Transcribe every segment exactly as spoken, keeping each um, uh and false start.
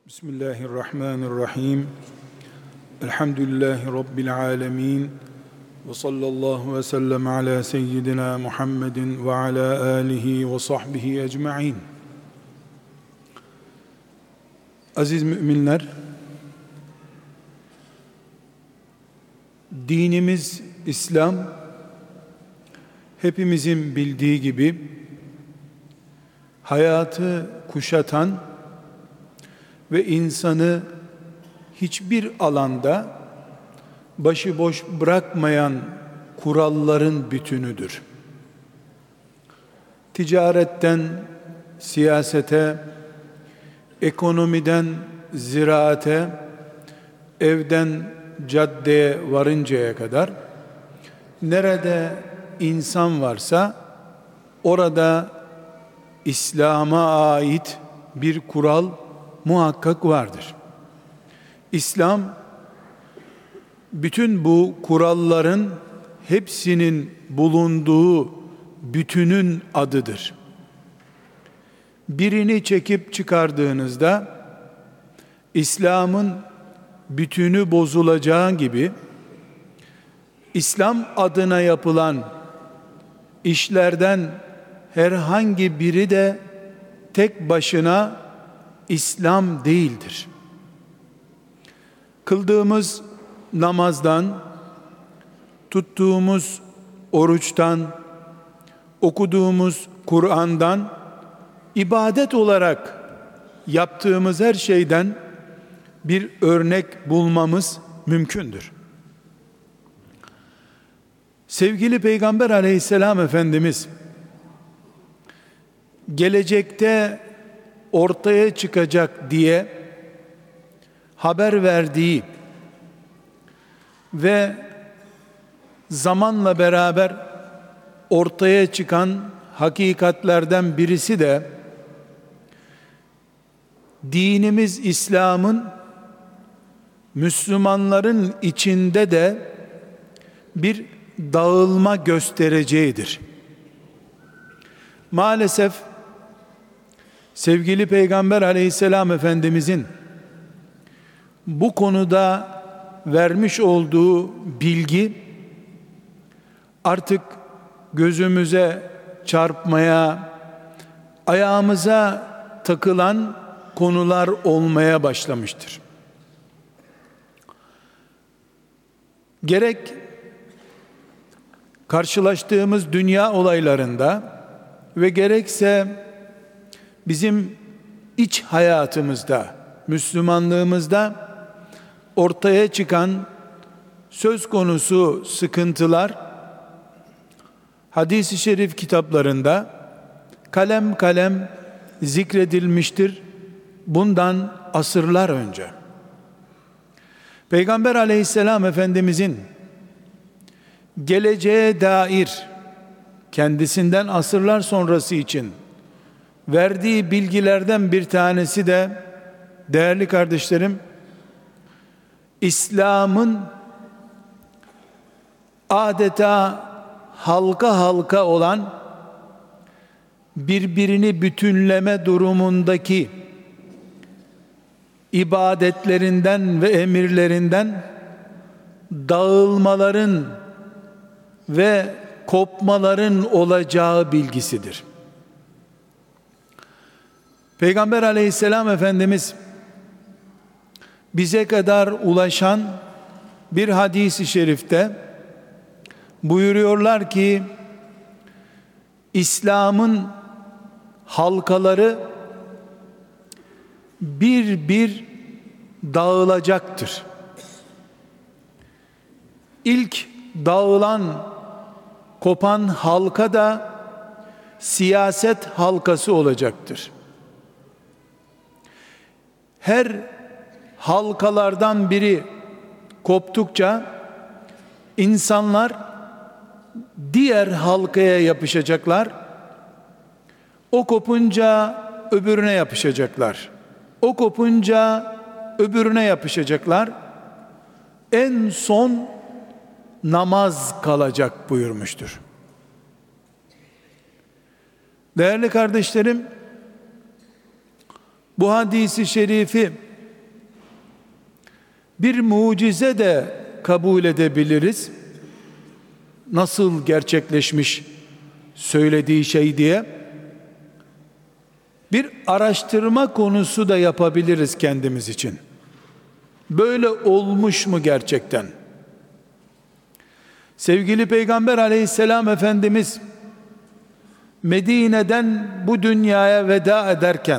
Bismillahirrahmanirrahim. Elhamdülillahi Rabbil alemin. Ve sallallahu ve sellem ala seyyidina Muhammedin ve ala alihi ve sahbihi ecma'in. Aziz müminler, dinimiz İslam, hepimizin bildiği gibi hayatı kuşatan ve insanı hiçbir alanda başıboş bırakmayan kuralların bütünüdür. Ticaretten siyasete, ekonomiden ziraate, evden caddeye varıncaya kadar nerede insan varsa orada İslam'a ait bir kural muhakkak vardır. İslam bütün bu kuralların hepsinin bulunduğu bütünün adıdır. Birini çekip çıkardığınızda İslam'ın bütünü bozulacağı gibi İslam adına yapılan işlerden herhangi biri de tek başına İslam değildir. Kıldığımız namazdan, tuttuğumuz oruçtan, okuduğumuz Kur'an'dan, ibadet olarak yaptığımız her şeyden bir örnek bulmamız mümkündür. Sevgili Peygamber Aleyhisselam Efendimiz gelecekte ortaya çıkacak diye haber verdiği ve zamanla beraber ortaya çıkan hakikatlerden birisi de dinimiz İslam'ın Müslümanların içinde de bir dağılma göstereceğidir. Maalesef sevgili Peygamber Aleyhisselam Efendimizin bu konuda vermiş olduğu bilgi artık gözümüze çarpmaya, ayağımıza takılan konular olmaya başlamıştır. Gerek karşılaştığımız dünya olaylarında ve gerekse bizim iç hayatımızda, Müslümanlığımızda ortaya çıkan söz konusu sıkıntılar hadis-i şerif kitaplarında kalem kalem zikredilmiştir bundan asırlar önce. Peygamber Aleyhisselam Efendimizin geleceğe dair kendisinden asırlar sonrası için verdiği bilgilerden bir tanesi de değerli kardeşlerim, İslam'ın adeta halka halka olan birbirini bütünleme durumundaki ibadetlerinden ve emirlerinden dağılmaların ve kopmaların olacağı bilgisidir. Peygamber Aleyhisselam Efendimiz bize kadar ulaşan bir hadis-i şerifte buyuruyorlar ki İslam'ın halkaları bir bir dağılacaktır. İlk dağılan, kopan halka da siyaset halkası olacaktır. Her halkalardan biri koptukça insanlar diğer halkaya yapışacaklar. O kopunca öbürüne yapışacaklar. O kopunca öbürüne yapışacaklar. En son namaz kalacak buyurmuştur. Değerli kardeşlerim, bu hadisi şerifi bir mucize de kabul edebiliriz. Nasıl gerçekleşmiş söylediği şey diye bir araştırma konusu da yapabiliriz kendimiz için. Böyle olmuş mu gerçekten? Sevgili Peygamber Aleyhisselam Efendimiz Medine'den bu dünyaya veda ederken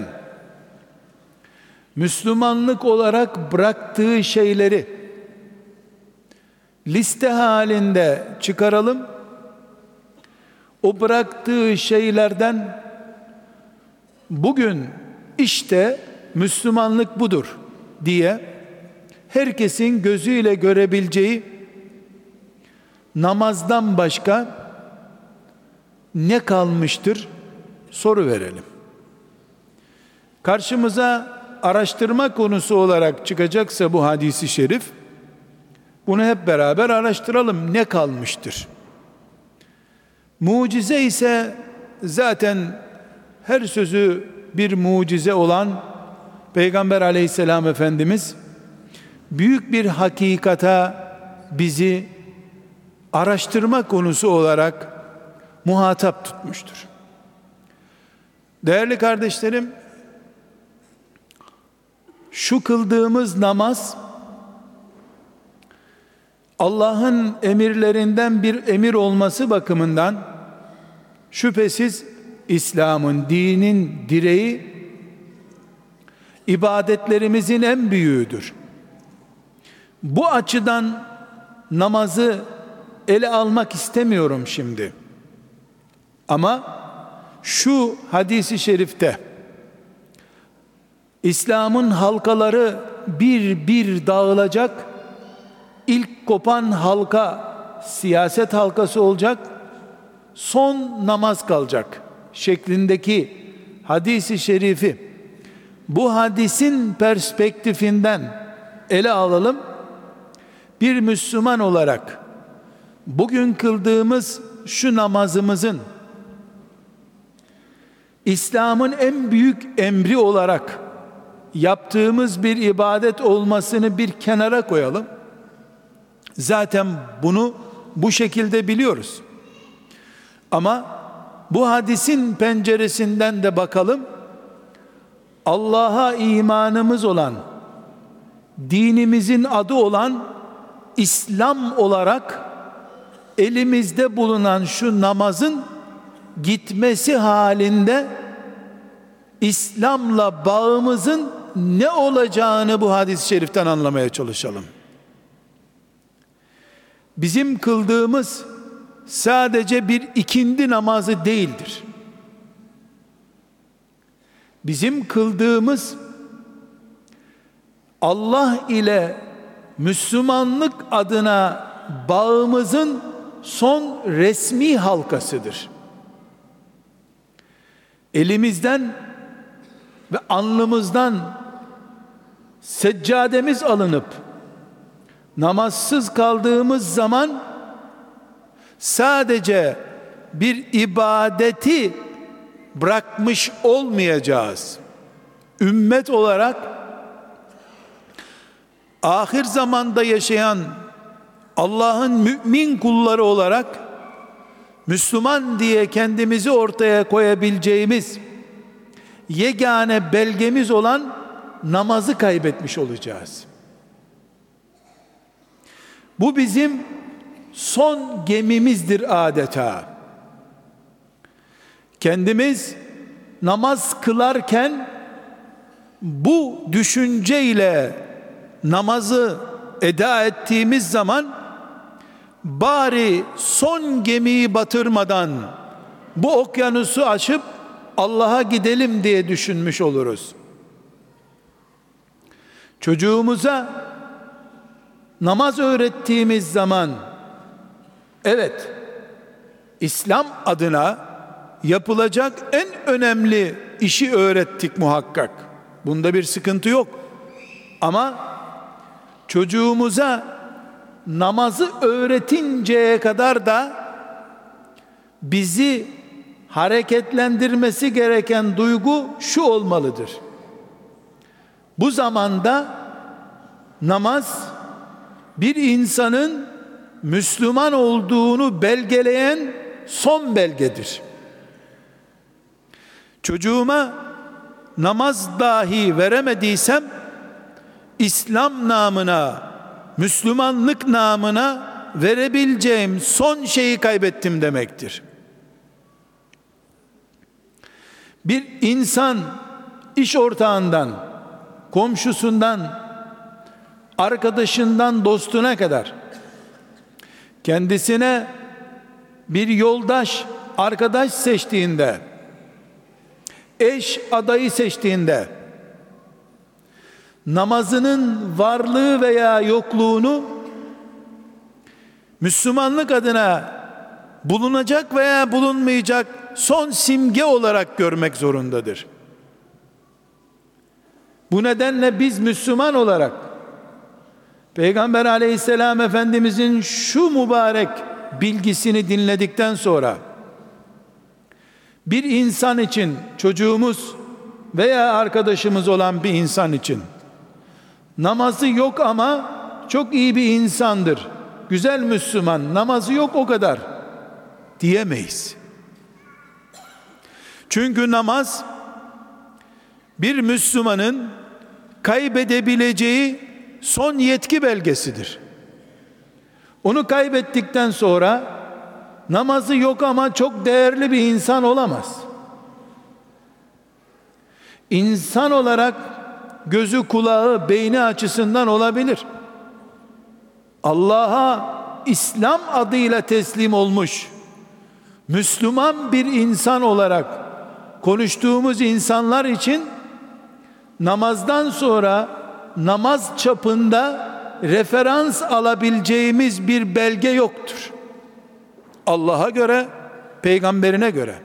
Müslümanlık olarak bıraktığı şeyleri liste halinde çıkaralım. O bıraktığı şeylerden bugün işte Müslümanlık budur diye herkesin gözüyle görebileceği namazdan başka ne kalmıştır soru verelim. Karşımıza araştırma konusu olarak çıkacaksa bu hadisi şerif, bunu hep beraber araştıralım, ne kalmıştır? Mucize ise zaten her sözü bir mucize olan Peygamber Aleyhisselam Efendimiz büyük bir hakikata bizi araştırma konusu olarak muhatap tutmuştur. Değerli kardeşlerim, şu kıldığımız namaz Allah'ın emirlerinden bir emir olması bakımından şüphesiz İslam'ın, dinin direği, ibadetlerimizin en büyüğüdür. Bu açıdan namazı ele almak istemiyorum şimdi. Ama şu hadisi şerifte İslam'ın halkaları bir bir dağılacak, ilk kopan halka siyaset halkası olacak, son namaz kalacak şeklindeki hadisi şerifi bu hadisin perspektifinden ele alalım. Bir Müslüman olarak bugün kıldığımız şu namazımızın İslam'ın en büyük emri olarak yaptığımız bir ibadet olmasını bir kenara koyalım. Zaten bunu bu şekilde biliyoruz. Ama bu hadisin penceresinden de bakalım. Allah'a imanımız olan, dinimizin adı olan İslam olarak elimizde bulunan şu namazın gitmesi halinde İslam'la bağımızın ne olacağını bu hadis-i şeriften anlamaya çalışalım. Bizim kıldığımız sadece bir ikindi namazı değildir. Bizim kıldığımız Allah ile Müslümanlık adına bağımızın son resmi halkasıdır. Elimizden ve alnımızdan seccademiz alınıp namazsız kaldığımız zaman sadece bir ibadeti bırakmış olmayacağız. Ümmet olarak ahir zamanda yaşayan Allah'ın mümin kulları olarak Müslüman diye kendimizi ortaya koyabileceğimiz yegane belgemiz olan namazı kaybetmiş olacağız. Bu bizim son gemimizdir adeta. Kendimiz namaz kılarken bu düşünceyle namazı eda ettiğimiz zaman bari son gemiyi batırmadan bu okyanusu aşıp Allah'a gidelim diye düşünmüş oluruz. Çocuğumuza namaz öğrettiğimiz zaman evet, İslam adına yapılacak en önemli işi öğrettik muhakkak. Bunda bir sıkıntı yok. Ama çocuğumuza namazı öğretinceye kadar da bizi hareketlendirmesi gereken duygu şu olmalıdır: bu zamanda Namaz bir insanın Müslüman olduğunu belgeleyen son belgedir. Çocuğuma namaz dahi veremediysem İslam namına, Müslümanlık namına verebileceğim son şeyi kaybettim demektir. Bir insan iş ortağından, komşusundan, arkadaşından dostuna kadar kendisine bir yoldaş, arkadaş seçtiğinde, eş adayı seçtiğinde namazının varlığı veya yokluğunu Müslümanlık adına bulunacak veya bulunmayacak son simge olarak görmek zorundadır. Bu nedenle biz Müslüman olarak Peygamber aleyhisselam Efendimizin şu mübarek bilgisini dinledikten sonra bir insan için, çocuğumuz veya arkadaşımız olan bir insan için namazı yok ama çok iyi bir insandır, güzel Müslüman, namazı yok o kadar diyemeyiz. Çünkü namaz bir Müslümanın kaybedebileceği son yetki belgesidir. Onu kaybettikten sonra namazı yok ama çok değerli bir insan olamaz. İnsan olarak gözü, kulağı, beyni açısından olabilir. Allah'a İslam adıyla teslim olmuş Müslüman bir insan olarak konuştuğumuz insanlar için namazdan sonra namaz çapında referans alabileceğimiz bir belge yoktur. Allah'a göre, peygamberine göre.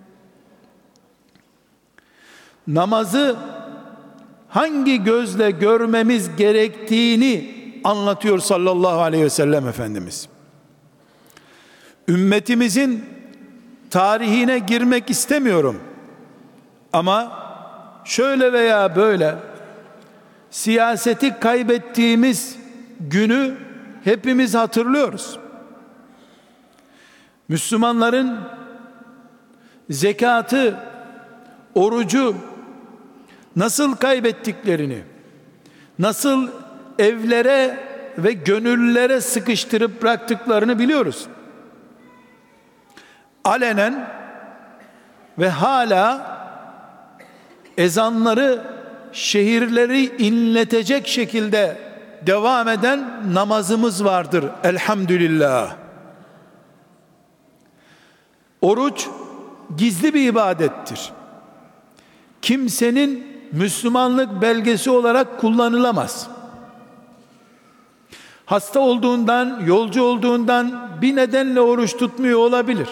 Namazı hangi gözle görmemiz gerektiğini anlatıyor sallallahu aleyhi ve sellem Efendimiz. Ümmetimizin tarihine girmek istemiyorum. Ama şöyle veya böyle siyaseti kaybettiğimiz günü hepimiz hatırlıyoruz. Müslümanların zekatı, orucu nasıl kaybettiklerini, nasıl evlere ve gönüllere sıkıştırıp bıraktıklarını biliyoruz. Alenen ve hala ezanları şehirleri inletecek şekilde devam eden namazımız vardır elhamdülillah. Oruç gizli bir ibadettir. Kimsenin Müslümanlık belgesi olarak kullanılamaz. Hasta olduğundan, yolcu olduğundan bir nedenle oruç tutmuyor olabilir.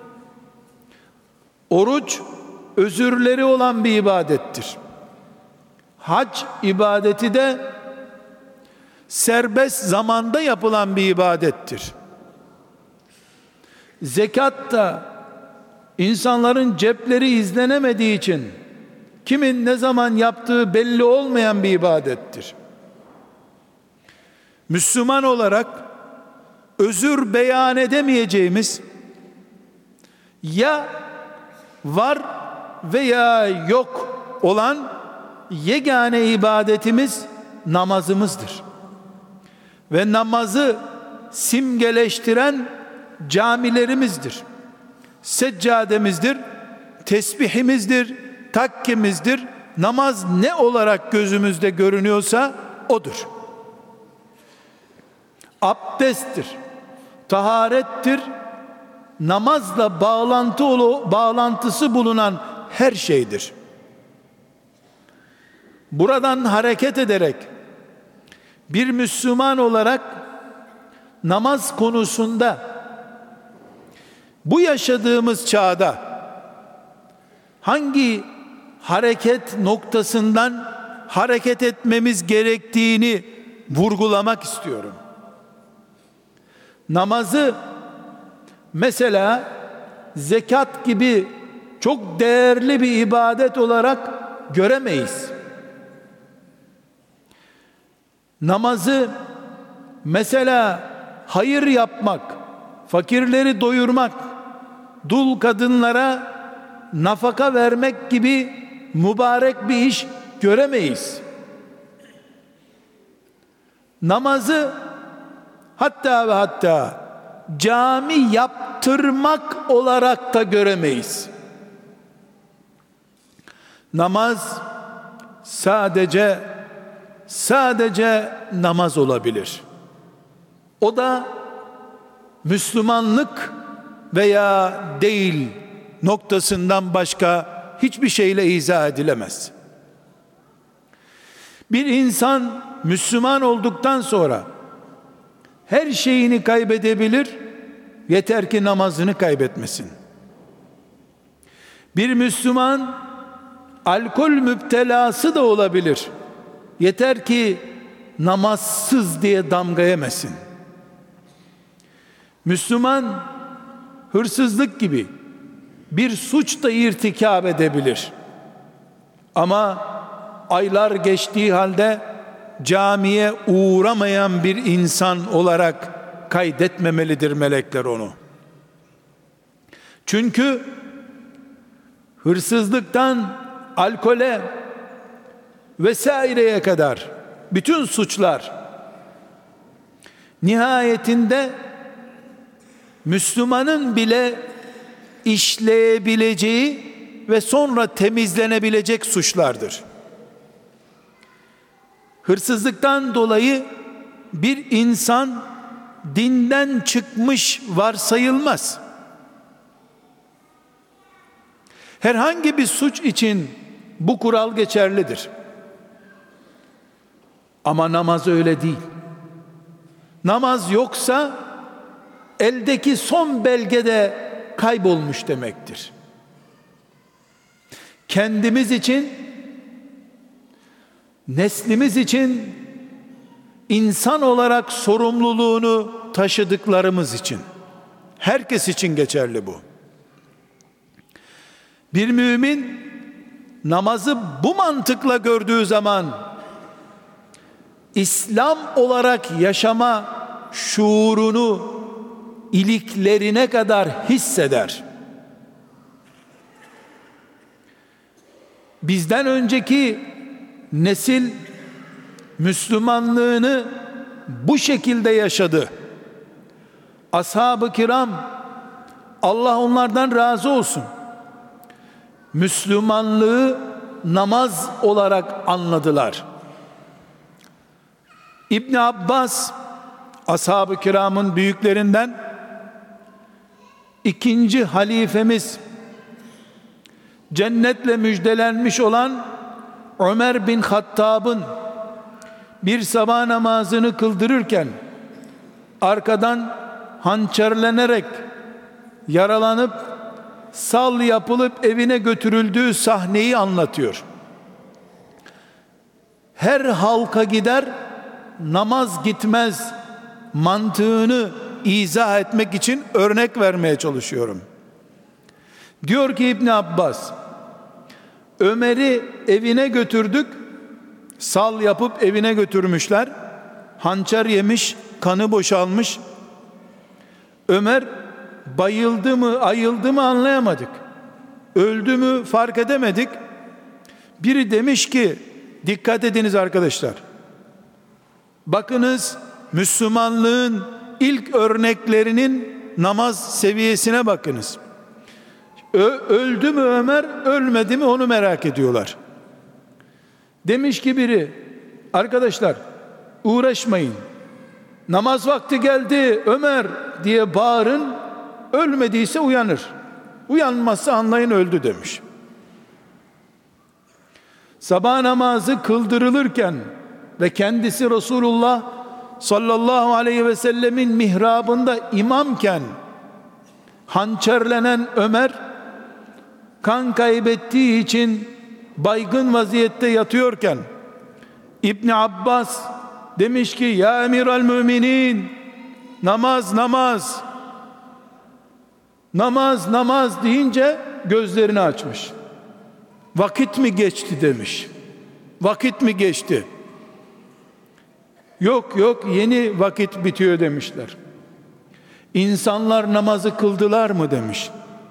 Oruç özürleri olan bir ibadettir. Hac ibadeti de serbest zamanda yapılan bir ibadettir. Zekat da insanların cepleri izlenemediği için kimin ne zaman yaptığı belli olmayan bir ibadettir. Müslüman olarak özür beyan edemeyeceğimiz ya var veya yok olan yegane ibadetimiz namazımızdır. Ve namazı simgeleştiren camilerimizdir. Seccademizdir, tesbihimizdir, takkimizdir. Namaz ne olarak gözümüzde görünüyorsa odur. Abdesttir, taharettir, namazla bağlantı bağlantısı bulunan her şeydir. Buradan hareket ederek bir Müslüman olarak namaz konusunda bu yaşadığımız çağda hangi hareket noktasından hareket etmemiz gerektiğini vurgulamak istiyorum. Namazı mesela zekat gibi çok değerli bir ibadet olarak göremeyiz. namazı mesela hayır yapmak, fakirleri doyurmak, dul kadınlara nafaka vermek gibi mübarek bir iş göremeyiz. Namazı hatta ve hatta cami yaptırmak olarak da göremeyiz. Namaz sadece sadece namaz olabilir. O da Müslümanlık veya değil noktasından başka hiçbir şeyle izah edilemez. Bir insan Müslüman olduktan sonra her şeyini kaybedebilir, yeter ki namazını kaybetmesin. Bir Müslüman alkol müptelası da olabilir, yeter ki namazsız diye damga yemesin. Müslüman hırsızlık gibi bir suç da irtikab edebilir. Ama aylar geçtiği halde camiye uğramayan bir insan olarak kaydetmemelidir melekler onu. Çünkü hırsızlıktan alkole vesaireye kadar bütün suçlar nihayetinde Müslümanın bile işleyebileceği ve sonra temizlenebilecek suçlardır. Hırsızlıktan dolayı bir insan dinden çıkmış varsayılmaz. Herhangi bir suç için bu kural geçerlidir. Ama namaz öyle değil. Namaz yoksa eldeki son belge de kaybolmuş demektir. Kendimiz için, neslimiz için, insan olarak sorumluluğunu taşıdıklarımız için, herkes için geçerli bu. Bir mümin namazı bu mantıkla gördüğü zaman İslam olarak yaşama şuurunu iliklerine kadar hisseder. Bizden önceki nesil Müslümanlığını bu şekilde yaşadı. Ashab-ı kiram, Allah onlardan razı olsun, Müslümanlığı namaz olarak anladılar. İbn Abbas, ashab-ı kiramın büyüklerinden, ikinci halifemiz, cennetle müjdelenmiş olan Ömer bin Hattab'ın bir sabah namazını kıldırırken arkadan hançerlenerek yaralanıp sal yapılıp evine götürüldüğü sahneyi anlatıyor. Her halka gider, namaz gitmez mantığını izah etmek için örnek vermeye çalışıyorum. Diyor ki İbn Abbas, Ömer'i evine götürdük, sal yapıp evine götürmüşler, hançer yemiş, kanı boşalmış. Ömer bayıldı mı, ayıldı mı anlayamadık, öldü mü fark edemedik. Biri demiş ki, dikkat ediniz arkadaşlar, bakınız Müslümanlığın ilk örneklerinin namaz seviyesine bakınız. Ö- öldü mü Ömer, ölmedi mi onu merak ediyorlar. Demiş ki biri, arkadaşlar uğraşmayın, namaz vakti geldi Ömer diye bağırın, ölmediyse uyanır, uyanmazsa anlayın öldü demiş. Sabah namazı kıldırılırken ve kendisi Resulullah sallallahu aleyhi ve sellemin mihrabında imamken hançerlenen Ömer kan kaybettiği için baygın vaziyette yatıyorken İbn Abbas demiş ki, ya emiral müminin, namaz namaz namaz namaz deyince gözlerini açmış. Vakit mi geçti demiş. Vakit mi geçti? Yok yok yeni vakit bitiyor demişler. İnsanlar namazı kıldılar mı demiş.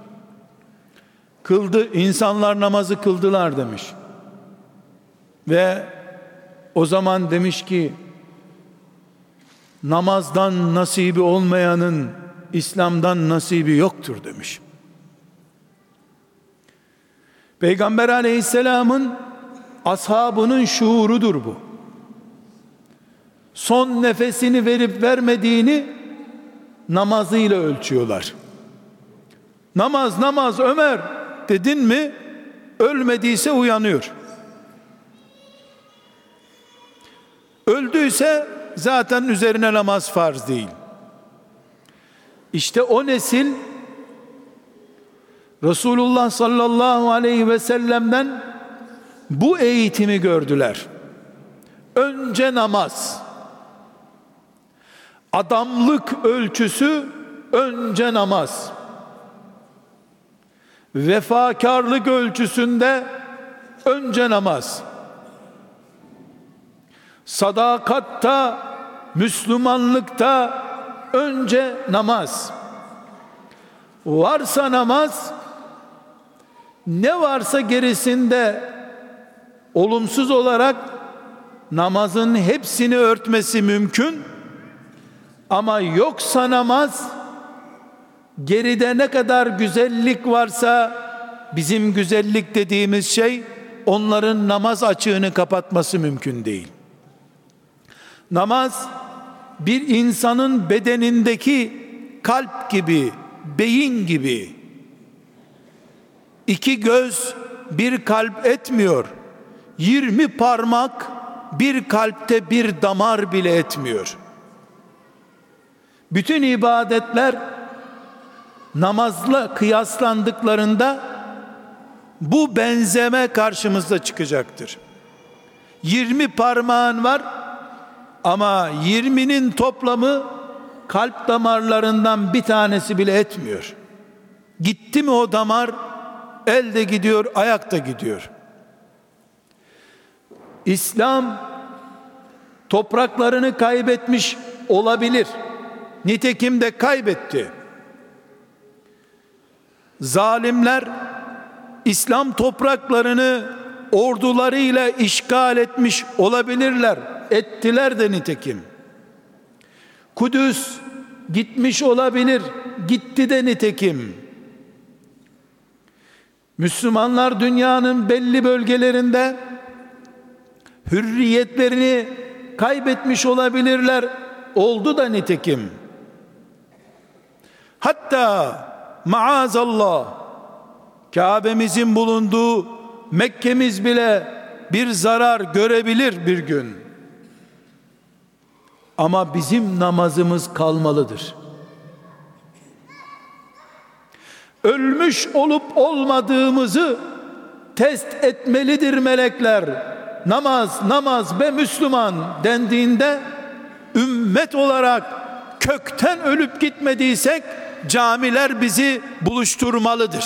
Kıldı, insanlar namazı kıldılar demiş. Ve o zaman demiş ki, namazdan nasibi olmayanın İslam'dan nasibi yoktur demiş. Peygamber aleyhisselamın ashabının şuurudur bu. Son nefesini verip vermediğini namazıyla ölçüyorlar. Namaz namaz Ömer dedin mi, ölmediyse uyanıyor. Öldüyse zaten üzerine namaz farz değil. İşte o nesil Resulullah sallallahu aleyhi ve sellem'den bu eğitimi gördüler. Önce namaz. Adamlık ölçüsü önce namaz. Vefakarlık ölçüsünde önce namaz. Sadakatta, Müslümanlıkta önce namaz. Varsa namaz, ne varsa gerisinde olumsuz olarak namazın hepsini örtmesi mümkün. Ama yoksa namaz, geride ne kadar güzellik varsa bizim güzellik dediğimiz şey onların namaz açığını kapatması mümkün değil. Namaz bir insanın bedenindeki kalp gibi, beyin gibi. İki göz bir kalp etmiyor. Yirmi parmak bir kalpte bir damar bile etmiyor. Bütün ibadetler namazla kıyaslandıklarında bu benzeme karşımıza çıkacaktır. Yirmi parmağın var ama yirminin toplamı kalp damarlarından bir tanesi bile etmiyor. Gitti mi o damar, el de gidiyor, ayak da gidiyor. İslam topraklarını kaybetmiş olabilir. Nitekim de kaybetti. Zalimler İslam topraklarını ordularıyla işgal etmiş olabilirler. Ettiler de nitekim. Kudüs gitmiş olabilir. Gitti de nitekim. Müslümanlar dünyanın belli bölgelerinde hürriyetlerini kaybetmiş olabilirler. Oldu da nitekim. Hatta maazallah Kabe'mizin bulunduğu Mekke'miz bile bir zarar görebilir bir gün. Ama bizim namazımız kalmalıdır. Ölmüş olup olmadığımızı test etmelidir melekler. Namaz, namaz be Müslüman dendiğinde ümmet olarak kökten ölüp gitmediysek camiler bizi buluşturmalıdır.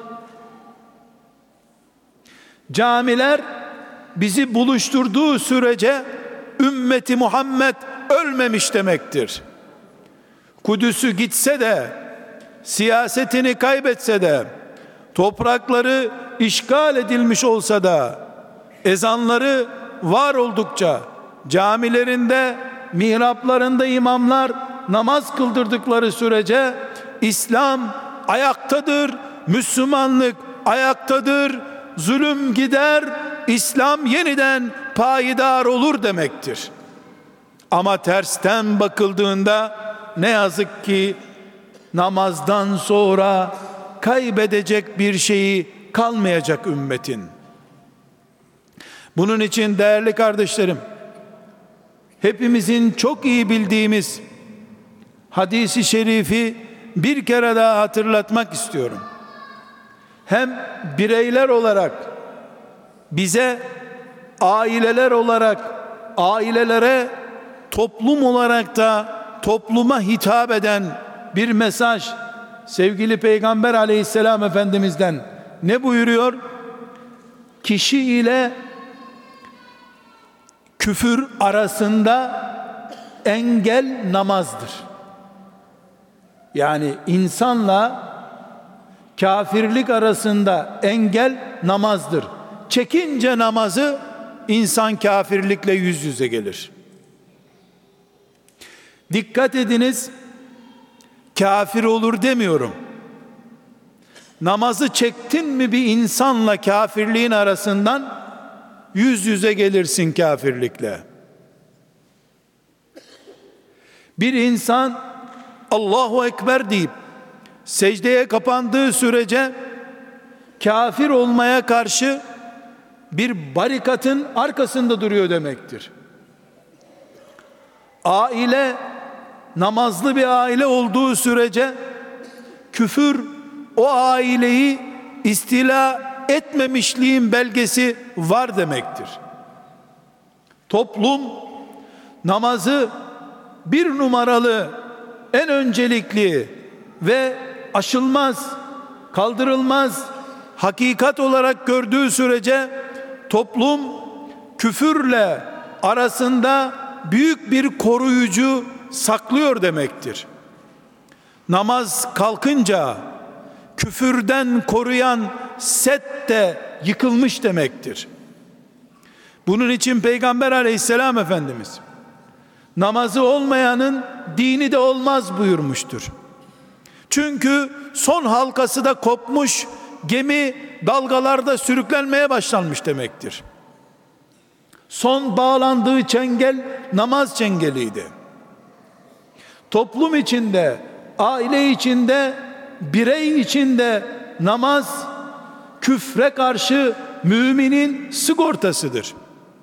Camiler bizi buluşturduğu sürece ümmeti Muhammed ölmemiş demektir. Kudüs'ü gitse de, siyasetini kaybetse de, toprakları işgal edilmiş olsa da, ezanları var oldukça, camilerinde, mihraplarında imamlar namaz kıldırdıkları sürece İslam ayaktadır, Müslümanlık ayaktadır, zulüm gider, İslam yeniden payidar olur demektir. Ama tersten bakıldığında ne yazık ki namazdan sonra kaybedecek bir şeyi kalmayacak ümmetin. Bunun için değerli kardeşlerim, hepimizin çok iyi bildiğimiz hadisi şerifi bir kere daha hatırlatmak istiyorum. Hem bireyler olarak bize, aileler olarak ailelere, toplum olarak da topluma hitap eden bir mesaj sevgili Peygamber aleyhisselam Efendimiz'den ne buyuruyor? Kişi ile küfür arasında engel namazdır. Yani insanla kafirlik arasında engel namazdır. Çekince namazı insan kafirlikle yüz yüze gelir. Dikkat ediniz, kafir olur demiyorum. Namazı çektin mi bir insanla kafirliğin arasından yüz yüze gelirsin kafirlikle. Bir insan Allahu Ekber deyip secdeye kapandığı sürece kafir olmaya karşı bir barikatın arkasında duruyor demektir. Aile namazlı bir aile olduğu sürece küfür o aileyi istila etmemişliğin belgesi var demektir. Toplum namazı bir numaralı, en öncelikli ve aşılmaz, kaldırılmaz hakikat olarak gördüğü sürece toplum küfürle arasında büyük bir koruyucu saklıyor demektir. Namaz kalkınca küfürden koruyan set de yıkılmış demektir. Bunun için Peygamber Aleyhisselam Efendimiz namazı olmayanın dini de olmaz buyurmuştur. Çünkü son halkası da kopmuş, gemi dalgalarda sürüklenmeye başlanmış demektir. Son bağlandığı çengel namaz çengeliydi. Toplum içinde, aile içinde, birey içinde namaz küfre karşı müminin sigortasıdır.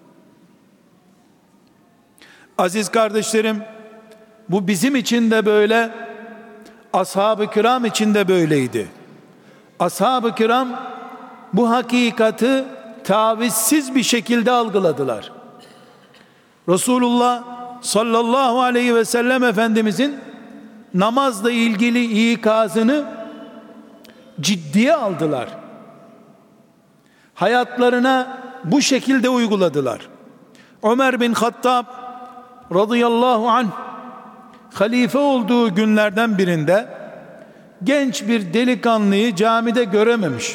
Aziz kardeşlerim, bu bizim için de böyle, ashab-ı kiram için de böyleydi. Ashab-ı kiram bu hakikati tavizsiz bir şekilde algıladılar. Resulullah sallallahu aleyhi ve sellem Efendimizin namazla ilgili ikazını ciddiye aldılar. Hayatlarına bu şekilde uyguladılar. Ömer bin Hattab radıyallahu anh halife olduğu günlerden birinde genç bir delikanlıyı camide görememiş.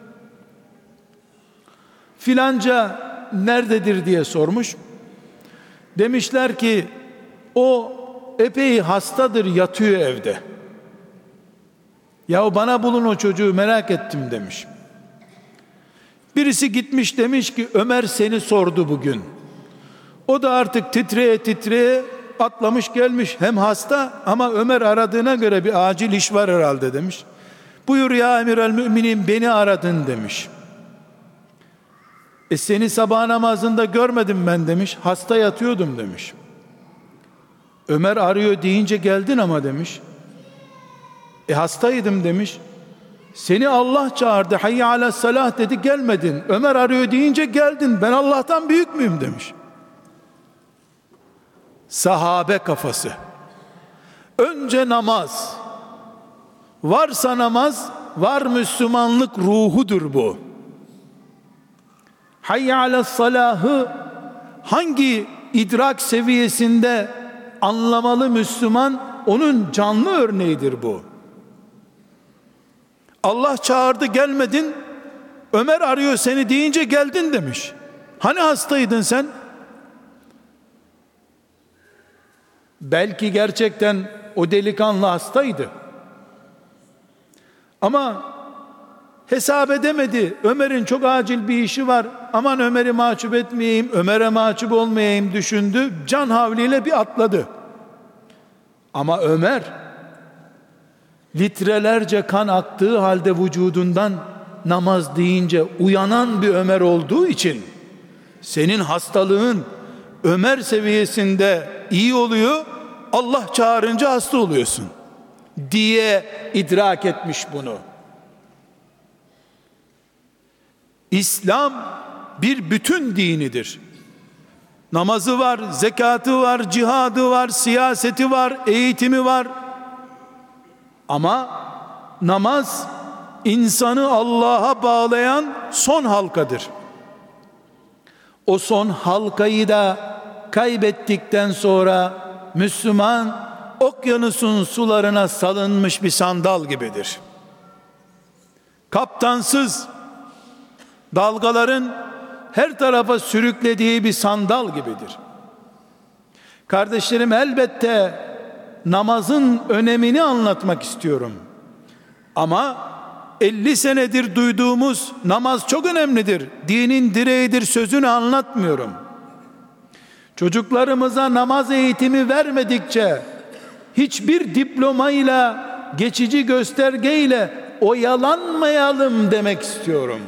Filanca nerededir diye sormuş. Demişler ki o epey hastadır, yatıyor evde. Ya bana bulun o çocuğu, merak ettim demiş. Birisi gitmiş demiş ki Ömer seni sordu bugün. O da artık titreye titreye atlamış gelmiş, hem hasta ama Ömer aradığına göre bir acil iş var herhalde demiş. Buyur ya emirel müminin, beni aradın demiş. E seni sabah namazında görmedim ben demiş, hasta yatıyordum demiş. Ömer arıyor deyince geldin ama demiş. E hastaydım demiş. Seni Allah çağırdı, hayye ala salah dedi, gelmedin. Ömer arıyor deyince geldin, ben Allah'tan büyük müyüm demiş. Sahabe kafası. Önce namaz. Varsa namaz, var Müslümanlık ruhudur bu. Hayye ala salahı hangi idrak seviyesinde anlamalı Müslüman, onun canlı örneğidir bu. Allah çağırdı gelmedin, Ömer arıyor seni deyince geldin demiş. Hani hastaydın sen? Belki gerçekten o delikanlı hastaydı. Ama hesap edemedi. Ömer'in çok acil bir işi var. Aman Ömer'i mahcup etmeyeyim, Ömer'e mahcup olmayayım düşündü. Can havliyle bir atladı. Ama Ömer litrelerce kan aktığı halde vücudundan namaz deyince uyanan bir Ömer olduğu için senin hastalığın Ömer seviyesinde iyi oluyor, Allah çağırınca hasta oluyorsun diye idrak etmiş bunu. İslam bir bütün dinidir. Namazı var, zekatı var, cihadı var, siyaseti var, eğitimi var. Ama namaz insanı Allah'a bağlayan son halkadır. O son halkayı da kaybettikten sonra Müslüman okyanusun sularına salınmış bir sandal gibidir. Kaptansız, dalgaların her tarafa sürüklediği bir sandal gibidir. Kardeşlerim, elbette namazın önemini anlatmak istiyorum. Ama elli senedir duyduğumuz namaz çok önemlidir, dinin direğidir sözünü anlatmıyorum. Çocuklarımıza namaz eğitimi vermedikçe, hiçbir diplomayla, geçici göstergeyle oyalanmayalım demek istiyorum.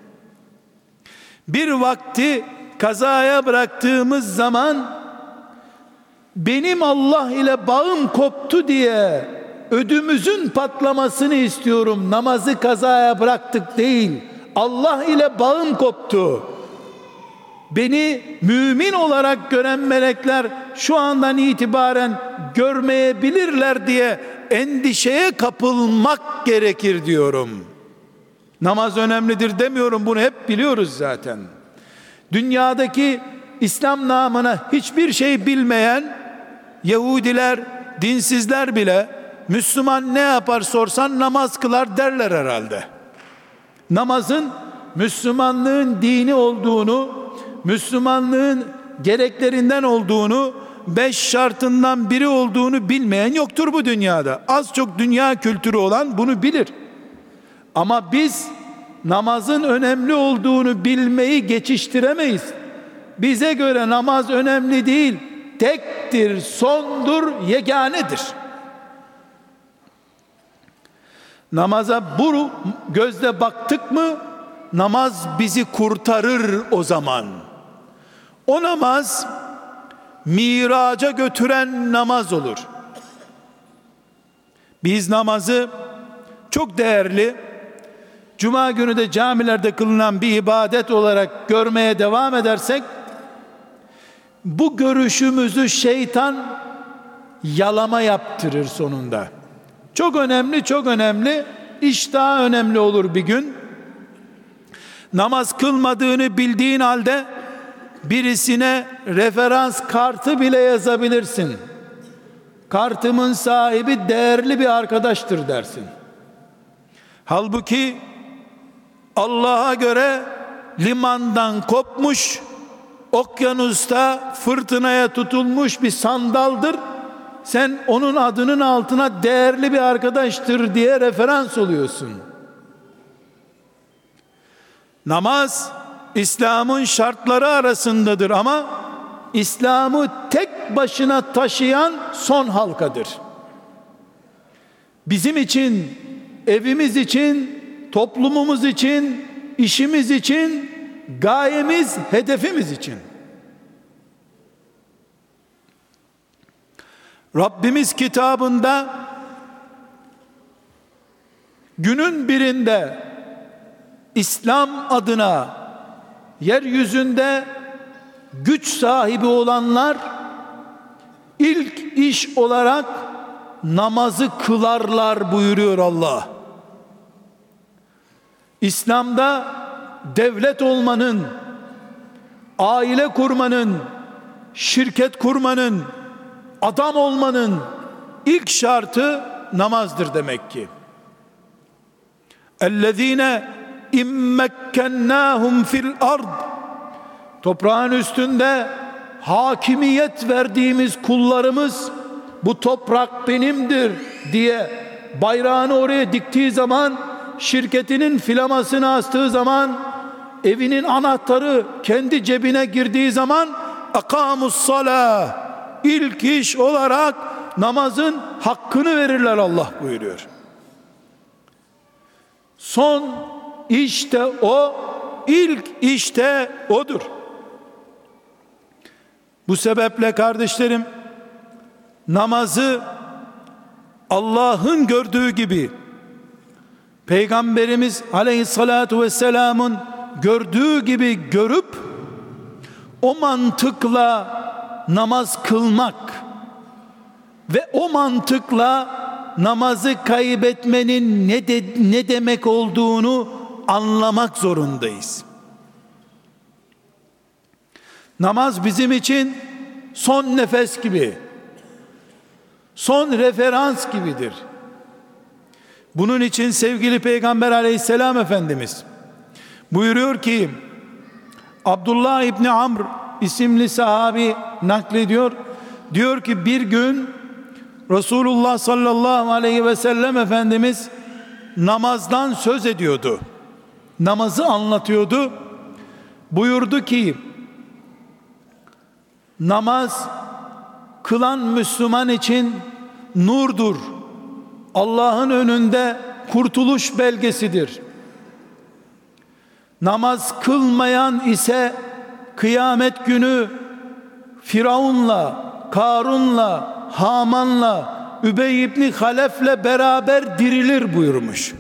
Bir vakti kazaya bıraktığımız zaman, benim Allah ile bağım koptu diye ödümüzün patlamasını istiyorum. Namazı kazaya bıraktık değil, Allah ile bağım koptu. Beni mümin olarak gören melekler şu andan itibaren görmeyebilirler diye endişeye kapılmak gerekir diyorum. Namaz önemlidir demiyorum, bunu hep biliyoruz zaten. Dünyadaki İslam namına hiçbir şey bilmeyen Yahudiler, dinsizler bile Müslüman ne yapar sorsan namaz kılar derler herhalde. Namazın Müslümanlığın dini olduğunu, Müslümanlığın gereklerinden olduğunu, beş şartından biri olduğunu bilmeyen yoktur bu dünyada. Az çok dünya kültürü olan bunu bilir. Ama biz namazın önemli olduğunu bilmeyi geçiştiremeyiz. Bize göre namaz önemli değil, tektir, sondur, yeganedir. Namaza bu gözle baktık mı, namaz bizi kurtarır o zaman. O namaz miraca götüren namaz olur. Biz namazı çok değerli, Cuma günü de camilerde kılınan bir ibadet olarak görmeye devam edersek, bu görüşümüzü şeytan yalama yaptırır sonunda. Çok önemli, çok önemli, iş daha önemli olur bir gün. Namaz kılmadığını bildiğin halde birisine referans kartı bile yazabilirsin. Kartımın sahibi değerli bir arkadaştır dersin. Halbuki Allah'a göre limandan kopmuş, okyanusta fırtınaya tutulmuş bir sandaldır. Sen onun adının altına değerli bir arkadaştır diye referans oluyorsun. Namaz İslam'ın şartları arasındadır ama İslam'ı tek başına taşıyan son halkadır. Bizim için, evimiz için, toplumumuz için, işimiz için, gayemiz, hedefimiz için. Rabbimiz kitabında günün birinde İslam adına yeryüzünde güç sahibi olanlar ilk iş olarak namazı kılarlar buyuruyor Allah. İslam'da devlet olmanın, aile kurmanın, şirket kurmanın, adam olmanın ilk şartı namazdır demek ki. اَلَّذ۪ينَ اِمَّكَّنَّاهُمْ fil ard. Toprağın üstünde hakimiyet verdiğimiz kullarımız, bu toprak benimdir diye bayrağını oraya diktiği zaman, şirketinin filamasını astığı zaman, evinin anahtarı kendi cebine girdiği zaman, akamus salah, ilk iş olarak namazın hakkını verirler Allah buyuruyor. Son işte o, ilk işte odur. Bu sebeple kardeşlerim, namazı Allah'ın gördüğü gibi, Peygamberimiz Aleyhissalatu vesselam'ın gördüğü gibi görüp o mantıkla namaz kılmak ve o mantıkla namazı kaybetmenin ne de, ne demek olduğunu anlamak zorundayız. Namaz bizim için son nefes gibi. son referans gibidir. Bunun için sevgili Peygamber aleyhisselam Efendimiz buyuruyor ki, Abdullah İbni Amr isimli sahabi naklediyor. Diyor ki bir gün Resulullah sallallahu aleyhi ve sellem Efendimiz namazdan söz ediyordu. Namazı anlatıyordu. Buyurdu ki, namaz kılan Müslüman için nurdur. Allah'ın önünde kurtuluş belgesidir. Namaz kılmayan ise kıyamet günü Firavun'la, Karun'la, Haman'la, Übey ibn Halef'le beraber dirilir buyurmuş.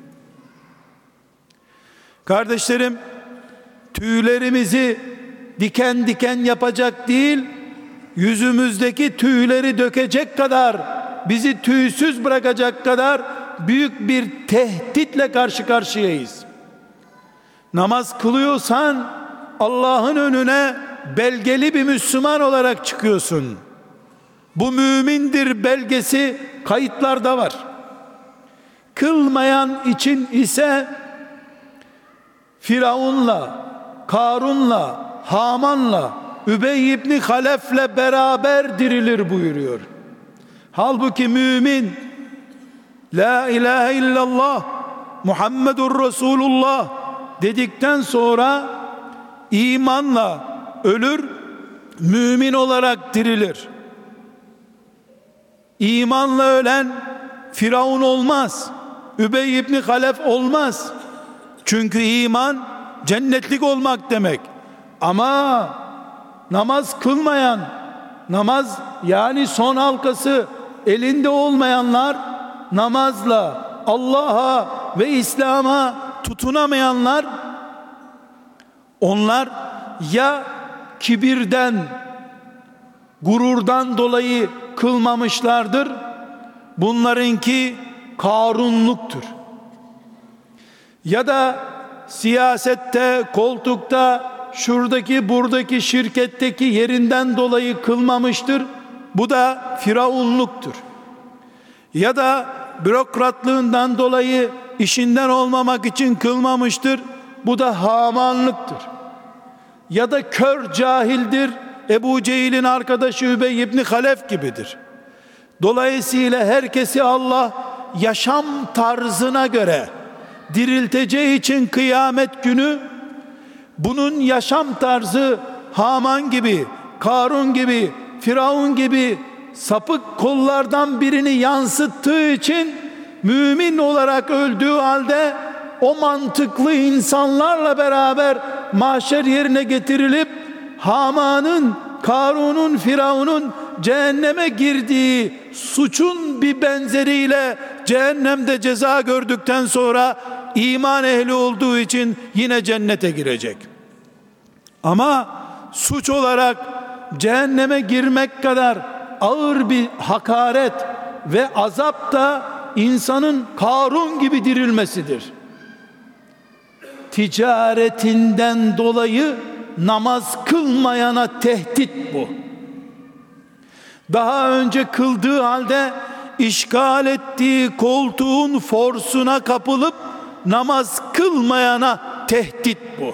Kardeşlerim, tüylerimizi diken diken yapacak değil, yüzümüzdeki tüyleri dökecek kadar, bizi tüysüz bırakacak kadar büyük bir tehditle karşı karşıyayız. Namaz kılıyorsan Allah'ın önüne belgeli bir Müslüman olarak çıkıyorsun. Bu mümindir belgesi kayıtlarda var. Kılmayan için ise Firavun'la, Karun'la, Haman'la, Übey ibn Halef'le beraber dirilir buyuruyor. Halbuki mümin La ilahe illallah Muhammedur Resulullah dedikten sonra imanla ölür, mümin olarak dirilir. İmanla ölen Firavun olmaz, Übey ibn Halef olmaz. Çünkü iman cennetlik olmak demek. Ama namaz kılmayan, namaz yani son halkası elinde olmayanlar, namazla Allah'a ve İslam'a tutunamayanlar, onlar ya kibirden, gururdan dolayı kılmamışlardır, bunlarınki Karunluktur. Ya da siyasette, koltukta, şuradaki buradaki şirketteki yerinden dolayı kılmamıştır, bu da Firavunluktur. Ya da bürokratlığından dolayı işinden olmamak için kılmamıştır, bu da Hamanlıktır. Ya da kör cahildir, Ebu Cehil'in arkadaşı Übey ibn Halef gibidir. Dolayısıyla herkesi Allah yaşam tarzına göre dirilteceği için kıyamet günü bunun yaşam tarzı Haman gibi, Karun gibi, Firavun gibi sapık kollardan birini yansıttığı için mümin olarak öldüğü halde o mantıklı insanlarla beraber mahşer yerine getirilip Haman'ın, Karun'un, Firavun'un cehenneme girdiği suçun bir benzeriyle cehennemde ceza gördükten sonra iman ehli olduğu için yine cennete girecek. Ama suç olarak cehenneme girmek kadar ağır bir hakaret ve azap da insanın Karun gibi dirilmesidir. Ticaretinden dolayı namaz kılmayana tehdit bu. Daha önce kıldığı halde işgal ettiği koltuğun forsuna kapılıp namaz kılmayana tehdit bu.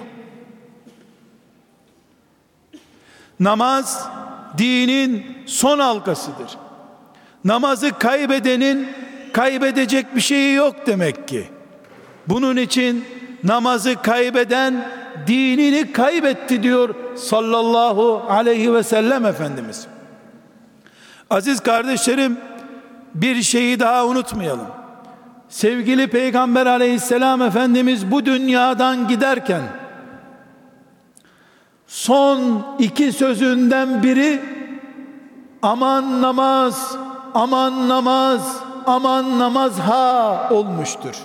Namaz dinin son halkasıdır. Namazı kaybedenin kaybedecek bir şeyi yok demek ki. Bunun için namazı kaybeden dinini kaybetti diyor sallallahu aleyhi ve sellem Efendimiz. Aziz kardeşlerim, bir şeyi daha unutmayalım. Sevgili Peygamber aleyhisselam Efendimiz bu dünyadan giderken son iki sözünden biri aman namaz, aman namaz, aman namaz ha olmuştur.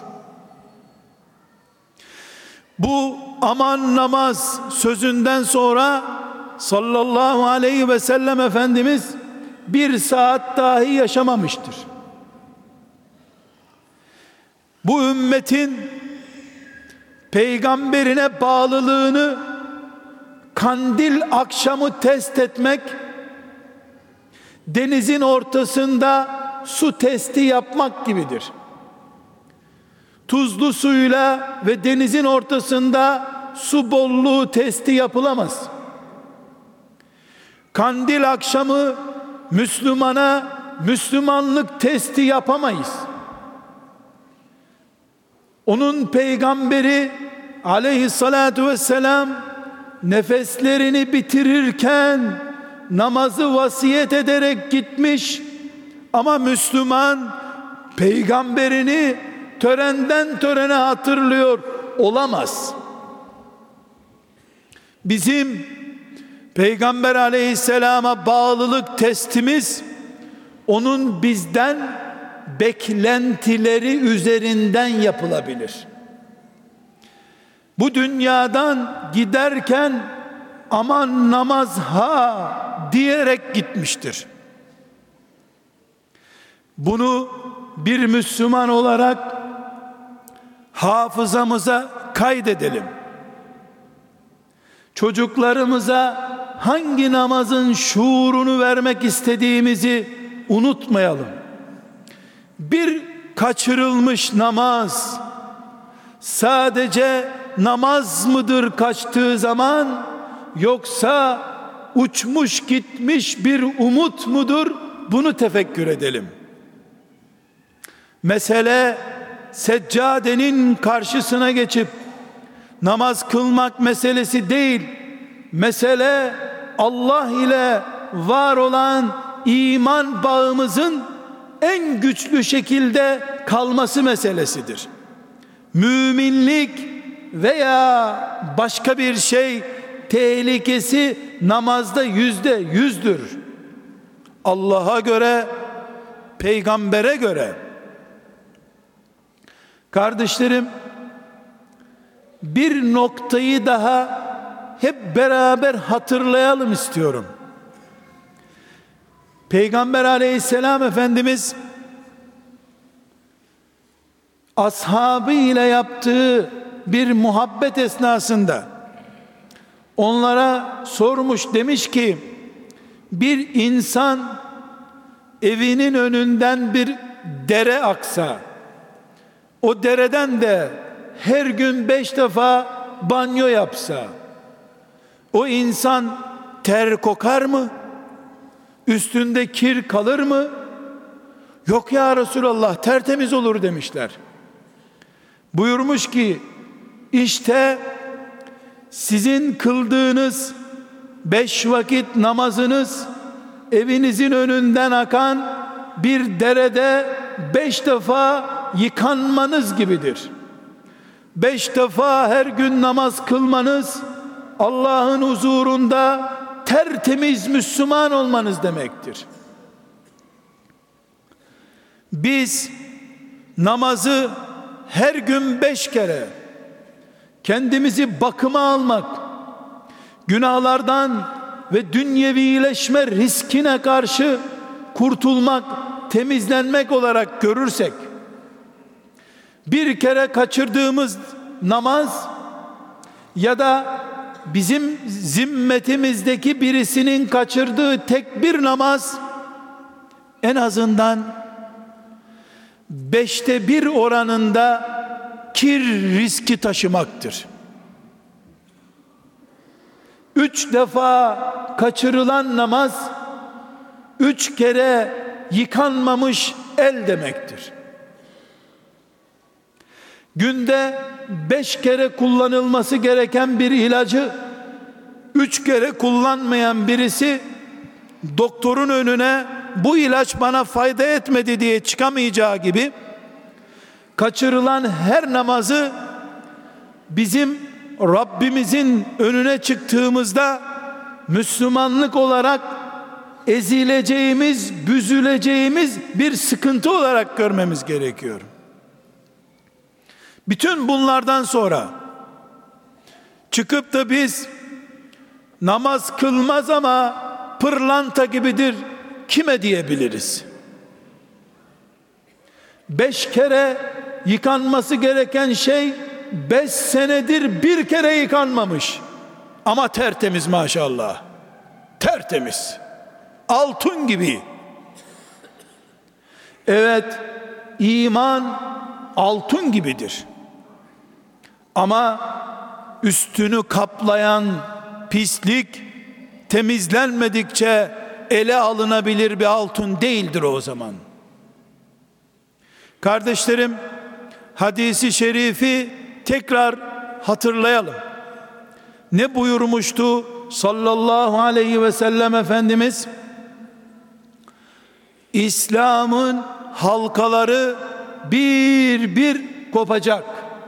Bu aman namaz sözünden sonra sallallahu aleyhi ve sellem Efendimiz bir saat dahi yaşamamıştır. Bu ümmetin peygamberine bağlılığını kandil akşamı test etmek, denizin ortasında su testi yapmak gibidir. Tuzlu suyla ve denizin ortasında su bolluğu testi yapılamaz. Kandil akşamı Müslümana Müslümanlık testi yapamayız. Onun peygamberi aleyhissalatu vesselam nefeslerini bitirirken namazı vasiyet ederek gitmiş, ama Müslüman peygamberini törenden törene hatırlıyor olamaz. Bizim Peygamber aleyhisselama bağlılık testimiz onun bizden beklentileri üzerinden yapılabilir. Bu dünyadan giderken aman namaz ha diyerek gitmiştir. Bunu bir Müslüman olarak hafızamıza kaydedelim. Çocuklarımıza hangi namazın şuurunu vermek istediğimizi unutmayalım. Bir kaçırılmış namaz sadece namaz mıdır kaçtığı zaman, yoksa uçmuş gitmiş bir umut mudur? Bunu tefekkür edelim. Mesele seccadenin karşısına geçip namaz kılmak meselesi değil. Mesele Allah ile var olan iman bağımızın en güçlü şekilde kalması meselesidir. Müminlik veya başka bir şey tehlikesi namazda yüzde yüzdür. Allah'a göre, peygambere göre. Kardeşlerim, bir noktayı daha hep beraber hatırlayalım istiyorum. Peygamber aleyhisselam Efendimiz ashabı ile yaptığı bir muhabbet esnasında onlara sormuş, demiş ki bir insan evinin önünden bir dere aksa, o dereden de her gün beş defa banyo yapsa, o insan ter kokar mı? Üstünde kir kalır mı? Yok ya Resulallah, tertemiz olur demişler. Buyurmuş ki işte sizin kıldığınız beş vakit namazınız evinizin önünden akan bir derede beş defa yıkanmanız gibidir. Beş defa her gün namaz kılmanız Allah'ın huzurunda tertemiz Müslüman olmanız demektir. Biz namazı her gün beş kere kendimizi bakıma almak, günahlardan ve dünyevileşme riskine karşı kurtulmak, temizlenmek olarak görürsek, bir kere kaçırdığımız namaz ya da bizim zimmetimizdeki birisinin kaçırdığı tek bir namaz en azından beşte bir oranında kir riski taşımaktır. Üç defa kaçırılan namaz üç kere yıkanmamış el demektir. Günde beş kere kullanılması gereken bir ilacı üç kere kullanmayan birisi doktorun önüne bu ilaç bana fayda etmedi diye çıkamayacağı gibi, kaçırılan her namazı bizim Rabbimizin önüne çıktığımızda Müslümanlık olarak ezileceğimiz, büzüleceğimiz bir sıkıntı olarak görmemiz gerekiyor. Bütün bunlardan sonra çıkıp da biz namaz kılmaz ama pırlanta gibidir kime diyebiliriz? Beş kere yıkanması gereken şey beş senedir bir kere yıkanmamış ama tertemiz maşallah, tertemiz, altın gibi. Evet, iman altın gibidir. Ama üstünü kaplayan pislik temizlenmedikçe ele alınabilir bir altın değildir o zaman. Kardeşlerim, hadisi şerifi tekrar hatırlayalım. Ne buyurmuştu sallallahu aleyhi ve sellem Efendimiz? İslam'ın halkaları bir bir kopacak.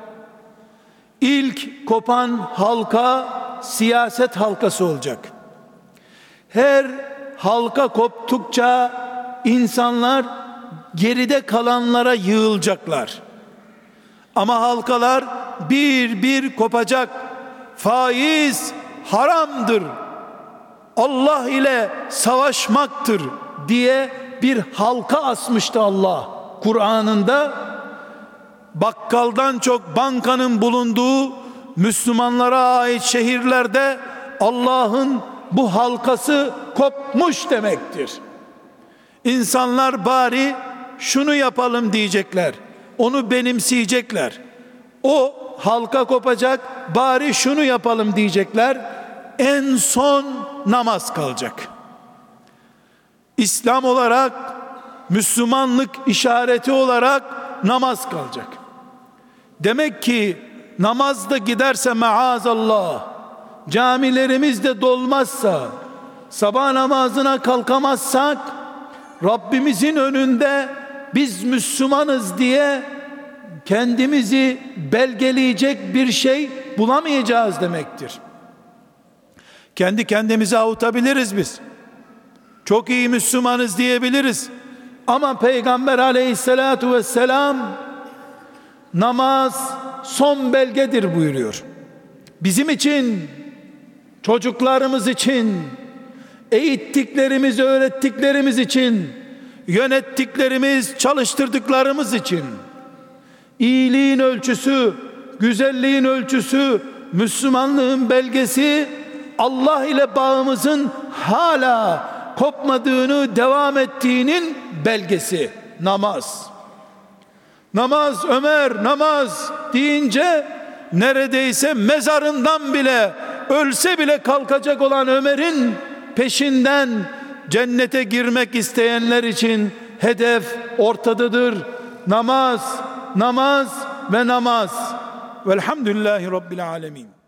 İlk kopan halka siyaset halkası olacak. Her halka koptukça insanlar geride kalanlara yığılacaklar. Ama halkalar bir bir kopacak. Faiz haramdır, Allah ile savaşmaktır diye bir halka asmıştı Allah Kur'an'ında. Bakkaldan çok bankanın bulunduğu Müslümanlara ait şehirlerde Allah'ın bu halkası kopmuş demektir. İnsanlar bari şunu yapalım diyecekler, onu benimseyecekler. O halka kopacak, bari şunu yapalım diyecekler. En son namaz kalacak. İslam olarak, Müslümanlık işareti olarak namaz kalacak. Demek ki namaz da giderse maazallah, camilerimiz de dolmazsa, sabah namazına kalkamazsak, Rabbimizin önünde biz Müslümanız diye kendimizi belgeleyecek bir şey bulamayacağız demektir. Kendi kendimizi avutabiliriz biz. Çok iyi Müslümanız diyebiliriz. Ama Peygamber aleyhissalatu vesselam namaz son belgedir buyuruyor. Bizim için, çocuklarımız için, eğittiklerimiz, öğrettiklerimiz için, yönettiklerimiz, çalıştırdıklarımız için iyiliğin ölçüsü, güzelliğin ölçüsü, Müslümanlığın belgesi, Allah ile bağımızın hala kopmadığını, devam ettiğinin belgesi namaz. Namaz, Ömer namaz deyince neredeyse mezarından bile, ölse bile kalkacak olan Ömer'in peşinden cennete girmek isteyenler için hedef ortadadır. Namaz, namaz ve namaz. Velhamdülillahi Rabbil alemin.